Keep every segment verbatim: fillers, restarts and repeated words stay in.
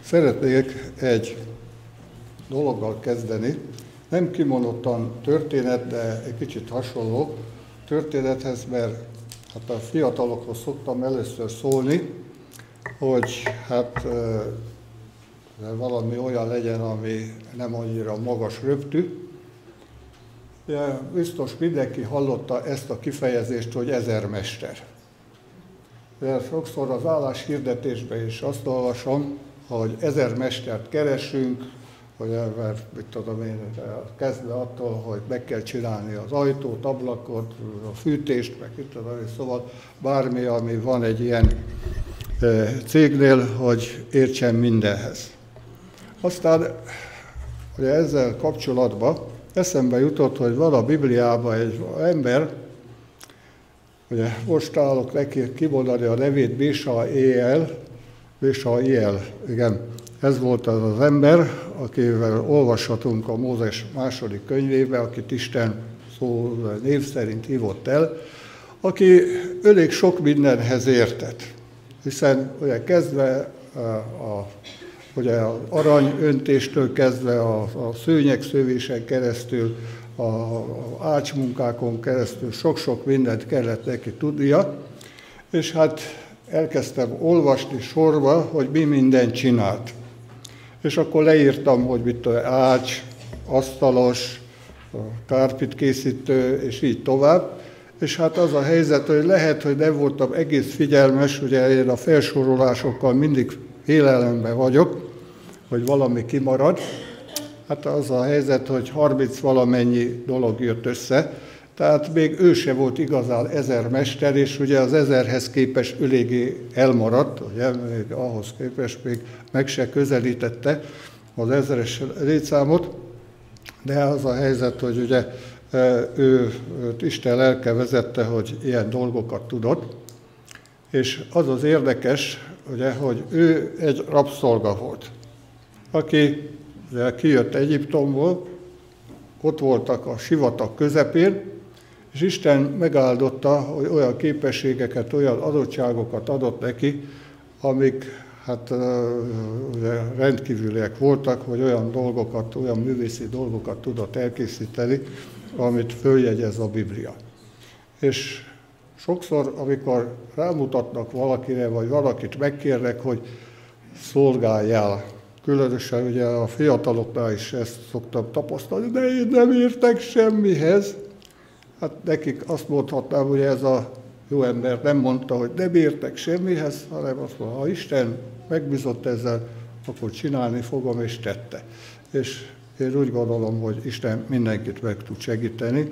Szeretnék egy dologgal kezdeni, nem kimondottan történet, de egy kicsit hasonló történethez, mert hát a fiatalokhoz szoktam először szólni, hogy hát valami olyan legyen, ami nem annyira magas röptű. Biztos mindenki hallotta ezt a kifejezést, hogy ezermester. De sokszor az álláshirdetésben is azt olvasom, hogy ezer mestert keresünk, hogy mit tudom én, kezdve attól, hogy meg kell csinálni az ajtót, ablakot, a fűtést, meg mit tudom én, szóval bármi, ami van egy ilyen cégnél, hogy értsen mindenhez. Aztán ugye ezzel kapcsolatban eszembe jutott, hogy van a Bibliában egy ember, ugye most állok neki kimondani a nevét, Bésa-éel, Bésa-éel, igen, ez volt az az ember, akivel olvashatunk a Mózes második könyvébe, akit Isten szó név szerint hívott el, aki elég sok mindenhez értett, hiszen ugye kezdve a, a ugye az aranyöntéstől kezdve a, a szőnyegszövésen keresztül, a, a ácsmunkákon keresztül sok-sok mindent kellett neki tudnia, és hát elkezdtem olvasni sorba, hogy mi mindent csinált. És akkor leírtam, hogy mit tudom, ács, asztalos, kárpitkészítő, és így tovább. És hát az a helyzet, hogy lehet, hogy nem voltam egész figyelmes, ugye én a felsorolásokkal mindig félelemben vagyok, hogy valami kimarad. Hát az a helyzet, hogy harminc valamennyi dolog jött össze, tehát még ő se volt igazán ezermester, és ugye az ezerhez képest eléggé elmaradt, ugye, még ahhoz képest még meg se közelítette az ezeres létszámot, de az a helyzet, hogy ugye ő, őt Isten lelke vezette, hogy ilyen dolgokat tudott, és az az érdekes, ugye, hogy ő egy rabszolga volt, aki ugye, kijött Egyiptomból, ott voltak a sivatag közepén, és Isten megáldotta, hogy olyan képességeket, olyan adottságokat adott neki, amik hát ugye, rendkívüliek voltak, hogy olyan dolgokat, olyan művészi dolgokat tudott elkészíteni, amit följegyez a Biblia. És sokszor, amikor rámutatnak valakire, vagy valakit megkérnek, hogy szolgáljál, különösen ugye a fiataloknál is ezt szoktam tapasztalni, de én nem értek semmihez. Hát nekik azt mondhatnám, hogy ez a jó ember nem mondta, hogy nem értek semmihez, hanem azt mondta, ha Isten megbízott ezzel, akkor csinálni fogom, és tette. És én úgy gondolom, hogy Isten mindenkit meg tud segíteni,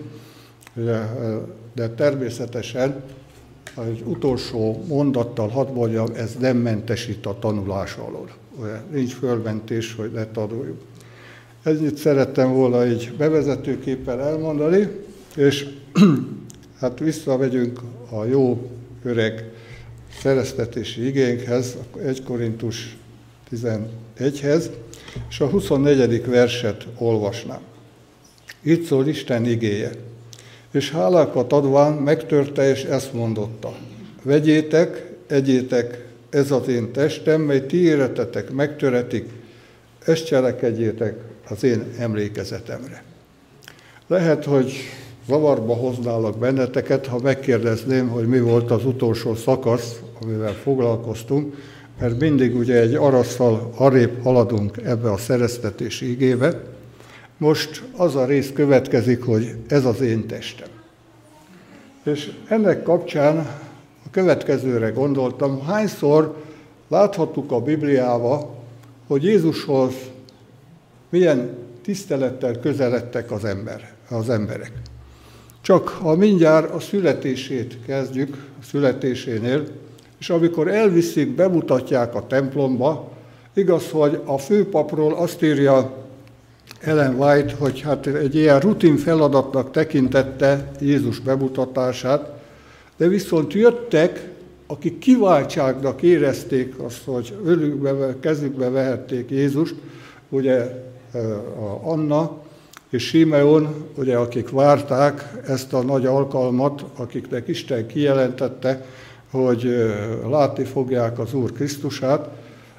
de természetesen egy utolsó mondattal hadd mondjam, ez nem mentesít a tanulás alól. Nincs fölmentés, hogy ne tanuljunk. Ennyit szerettem volna egy bevezetőképpen elmondani, és hát visszamegyünk a jó öreg szereztetési igénkhez, egy Korintus tizenegyhez, és a huszonnegyedik verset olvasnám. Itt szól Isten igéje. És hálákat adván megtörte, és ezt mondotta. Vegyétek, egyétek, ez az én testem, mely ti életetek megtöretik, ezt cselekedjétek az én emlékezetemre. Lehet, hogy zavarba hoználak benneteket, ha megkérdezném, hogy mi volt az utolsó szakasz, amivel foglalkoztunk, mert mindig ugye egy arasszal arrébb haladunk ebbe a szereztetési igébe. Most az a rész következik, hogy ez az én testem. És ennek kapcsán a következőre gondoltam, hányszor láthattuk a Bibliába, hogy Jézushoz milyen tisztelettel közeledtek az, ember, az emberek. Csak ha mindjárt a születését kezdjük, a születésénél, és amikor elviszik, bemutatják a templomba, igaz, hogy a főpapról azt írja Ellen White, hogy hát egy ilyen rutin feladatnak tekintette Jézus bemutatását, de viszont jöttek, akik kiváltságnak érezték azt, hogy ölükbe, kezükbe vehették Jézust, ugye Anna és Simeon, ugye, akik várták ezt a nagy alkalmat, akiknek Isten kijelentette, hogy látni fogják az Úr Krisztusát,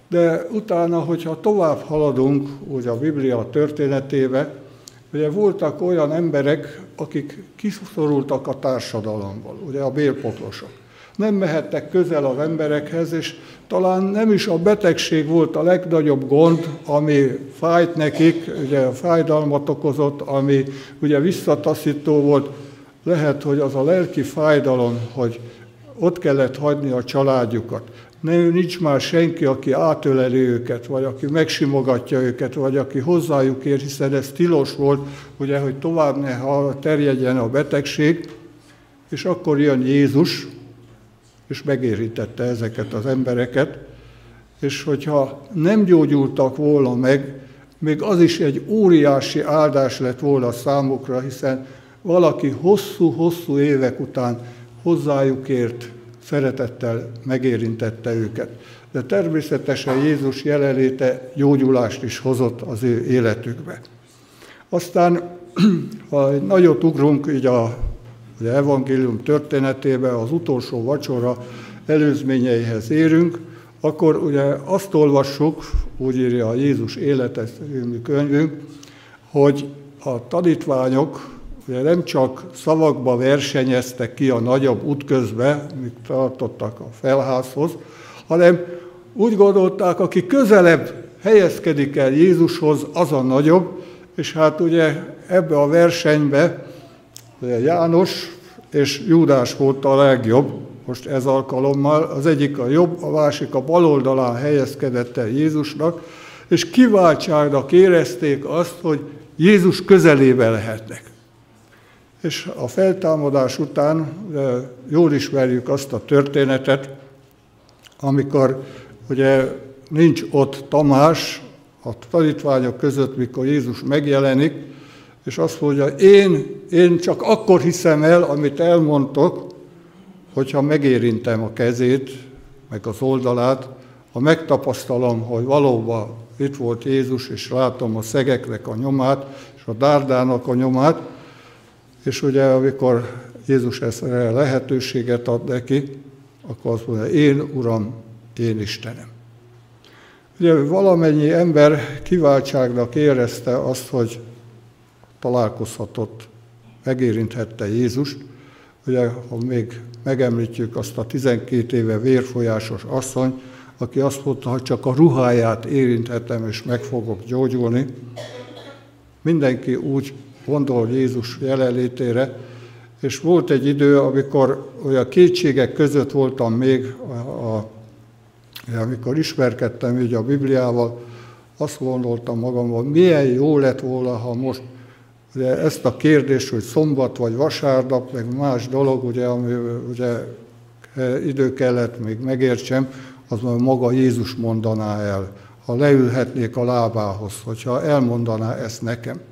De utána, hogyha tovább haladunk úgy a Biblia történetébe, ugye voltak olyan emberek, akik kiszorultak a társadalomból, ugye a bélpoklosok. Nem mehettek közel az emberekhez, és talán nem is a betegség volt a legnagyobb gond, ami fájt nekik, ugye fájdalmat okozott, ami ugye visszataszító volt. Lehet, hogy az a lelki fájdalom, hogy ott kellett hagyni a családjukat. Nem, nincs már senki, aki átöleli őket, vagy aki megsimogatja őket, vagy aki hozzájuk ér, hiszen ez tilos volt, ugye, hogy tovább ne terjedjen a betegség, és akkor jön Jézus, és megérintette ezeket az embereket, és hogyha nem gyógyultak volna meg, még az is egy óriási áldás lett volna számukra, hiszen valaki hosszú-hosszú évek után hozzájuk ért, szeretettel megérintette őket. De természetesen Jézus jelenléte gyógyulást is hozott az ő életükbe. Aztán, ha egy nagyot ugrunk így a az evangélium történetébe, az utolsó vacsora előzményeihez érünk, akkor ugye azt olvassuk, úgy írja a Jézus élete című könyvünk, hogy a tanítványok ugye nem csak szavakba versenyeztek ki a nagyobb útközbe, míg tartottak a felházhoz, hanem úgy gondolták, aki közelebb helyezkedik el Jézushoz, az a nagyobb, és hát ugye ebbe a versenybe ugye János és Júdás volt a legjobb, most ez alkalommal, az egyik a jobb, a másik a bal oldalán helyezkedett el Jézusnak, és kiváltságnak érezték azt, hogy Jézus közelébe lehetnek. És a feltámadás után jól ismerjük azt a történetet, amikor ugye nincs ott Tamás a tanítványok között, mikor Jézus megjelenik, és azt mondja, én, én csak akkor hiszem el, amit elmondtok, hogyha megérintem a kezét, meg az oldalát, ha megtapasztalom, hogy valóban itt volt Jézus, és látom a szegeknek a nyomát, és a dárdának a nyomát, és ugye amikor Jézus erre lehetőséget ad neki, akkor azt mondja, én Uram, én Istenem. Ugye valamennyi ember kiváltságnak érezte azt, hogy találkozhatott, megérinthette Jézust. Ugye, ha még megemlítjük azt a tizenkét éve vérfolyásos asszony, aki azt mondta, hogy csak a ruháját érinthetem, és meg fogok gyógyulni. Mindenki úgy gondol Jézus jelenlétére, és volt egy idő, amikor olyan kétségek között voltam még, a, a, amikor ismerkedtem így a Bibliával, azt gondoltam magamban, milyen jó lett volna, ha most ugye ezt a kérdést, hogy szombat vagy vasárnap, meg más dolog, ugye, ami ugye idő kellett még megértsem, az maga Jézus mondaná el, ha leülhetnék a lábához, hogyha elmondaná ezt nekem.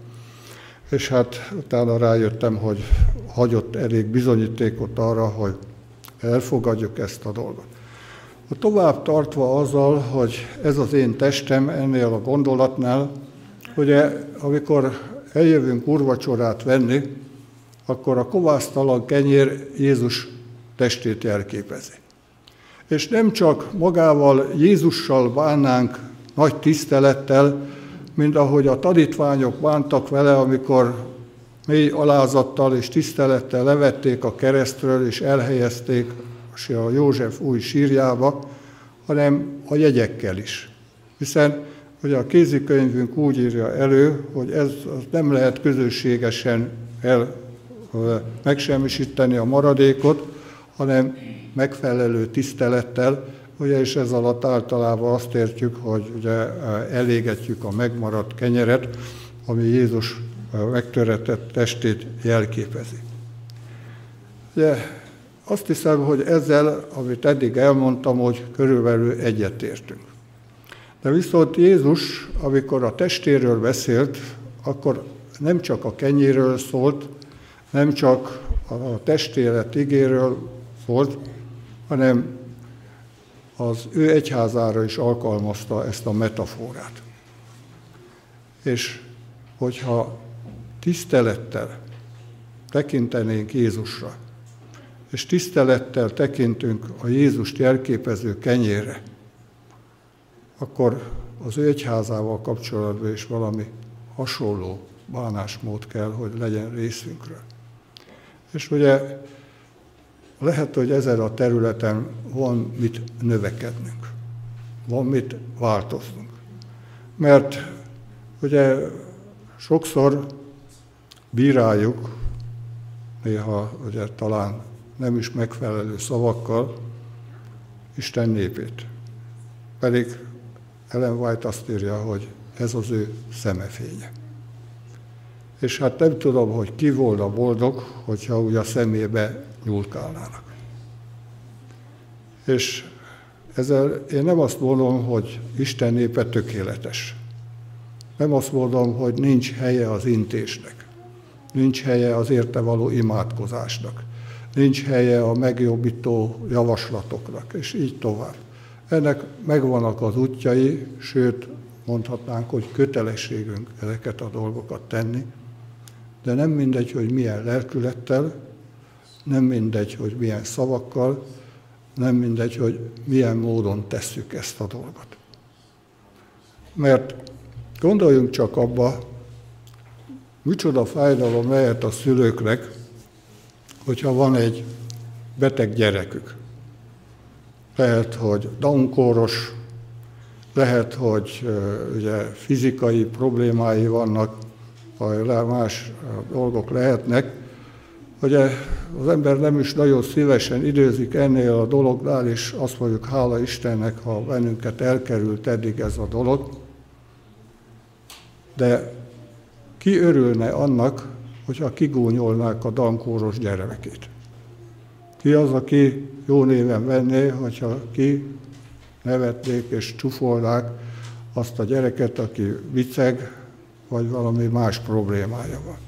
És hát utána rájöttem, hogy hagyott elég bizonyítékot arra, hogy elfogadjuk ezt a dolgot. Tovább tartva azzal, hogy ez az én testem ennél a gondolatnál, ugye amikor eljövünk úrvacsorát venni, akkor a kovásztalan kenyér Jézus testét jelképezi. És nem csak magával, Jézussal bánnánk nagy tisztelettel, mint ahogy a tanítványok bántak vele, amikor mély alázattal és tisztelettel levették a keresztről, és elhelyezték a József új sírjába, hanem a jegyekkel is. Hiszen ugye a kézikönyvünk úgy írja elő, hogy ez nem lehet közösségesen el, megsemmisíteni a maradékot, hanem megfelelő tisztelettel, ugye, és ez alatt általában azt értjük, hogy ugye elégetjük a megmaradt kenyeret, ami Jézus megtöretett testét jelképezi. Ugye, azt hiszem, hogy ezzel, amit eddig elmondtam, hogy körülbelül egyetértünk. De viszont Jézus, amikor a testéről beszélt, akkor nem csak a kenyéről szólt, nem csak a testélet igéről szólt, hanem az ő egyházára is alkalmazta ezt a metaforát. És hogyha tisztelettel tekintenénk Jézusra, és tisztelettel tekintünk a Jézust jelképező kenyérre, akkor az ő egyházával kapcsolatban is valami hasonló bánásmód kell, hogy legyen részünkről. És ugye lehet, hogy ezen a területen van mit növekednünk, van mit változnunk. Mert ugye sokszor bíráljuk, néha ugye talán nem is megfelelő szavakkal Isten népét. Pedig Ellen White azt írja, hogy ez az ő szemefénye. És hát nem tudom, hogy ki volna boldog, hogyha úgy a szemébe nyúlkálnának. És ezzel én nem azt mondom, hogy Isten népe tökéletes. Nem azt mondom, hogy nincs helye az intésnek. Nincs helye az érte való imádkozásnak. Nincs helye a megjobbító javaslatoknak, és így tovább. Ennek megvannak az útjai, sőt, mondhatnánk, hogy kötelességünk ezeket a dolgokat tenni, de nem mindegy, hogy milyen lelkülettel, nem mindegy, hogy milyen szavakkal, nem mindegy, hogy milyen módon tesszük ezt a dolgot. Mert gondoljunk csak abba, micsoda fájdalom lehet a szülőknek, hogyha van egy beteg gyerekük. Lehet, hogy Down-kóros, lehet, hogy uh, ugye fizikai problémái vannak, vagy más dolgok lehetnek. Ugye az ember nem is nagyon szívesen időzik ennél a dolognál, és azt mondjuk, hála Istennek, ha bennünket elkerült eddig ez a dolog. De ki örülne annak, hogyha kigúnyolnák a Down-kóros gyermekét? Ki az, aki jó néven venné, hogyha ki nevetnék és csúfolnák azt a gyereket, aki viceg, vagy valami más problémája van.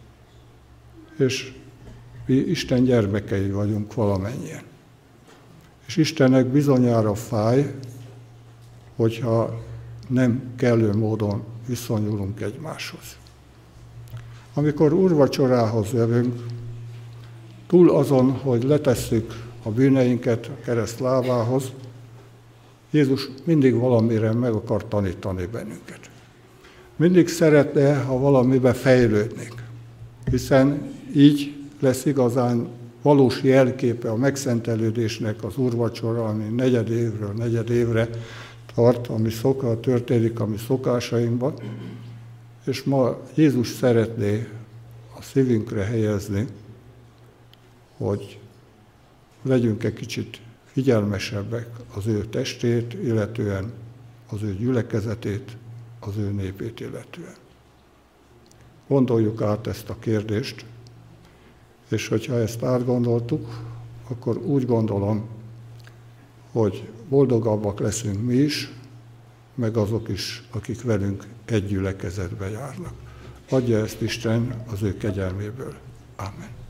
És mi Isten gyermekei vagyunk valamennyien. És Istennek bizonyára fáj, hogyha nem kellő módon viszonyulunk egymáshoz. Amikor úrvacsorához jövünk, túl azon, hogy letesszük a bűneinket a kereszt lábához, Jézus mindig valamire meg akar tanítani bennünket. Mindig szeretne, ha valamibe fejlődnénk, hiszen így lesz igazán valós jelképe a megszentelődésnek az úrvacsora, ami negyed évről negyed évre tart, ami szoka, történik a mi szokásainkban, és ma Jézus szeretné a szívünkre helyezni, hogy legyünk egy kicsit figyelmesebbek az ő testét, illetően az ő gyülekezetét, az ő népét illetően. Gondoljuk át ezt a kérdést, és hogyha ezt átgondoltuk, akkor úgy gondolom, hogy boldogabbak leszünk mi is, meg azok is, akik velünk egy gyülekezetbe járnak. Adja ezt Isten az ő kegyelméből. Amen.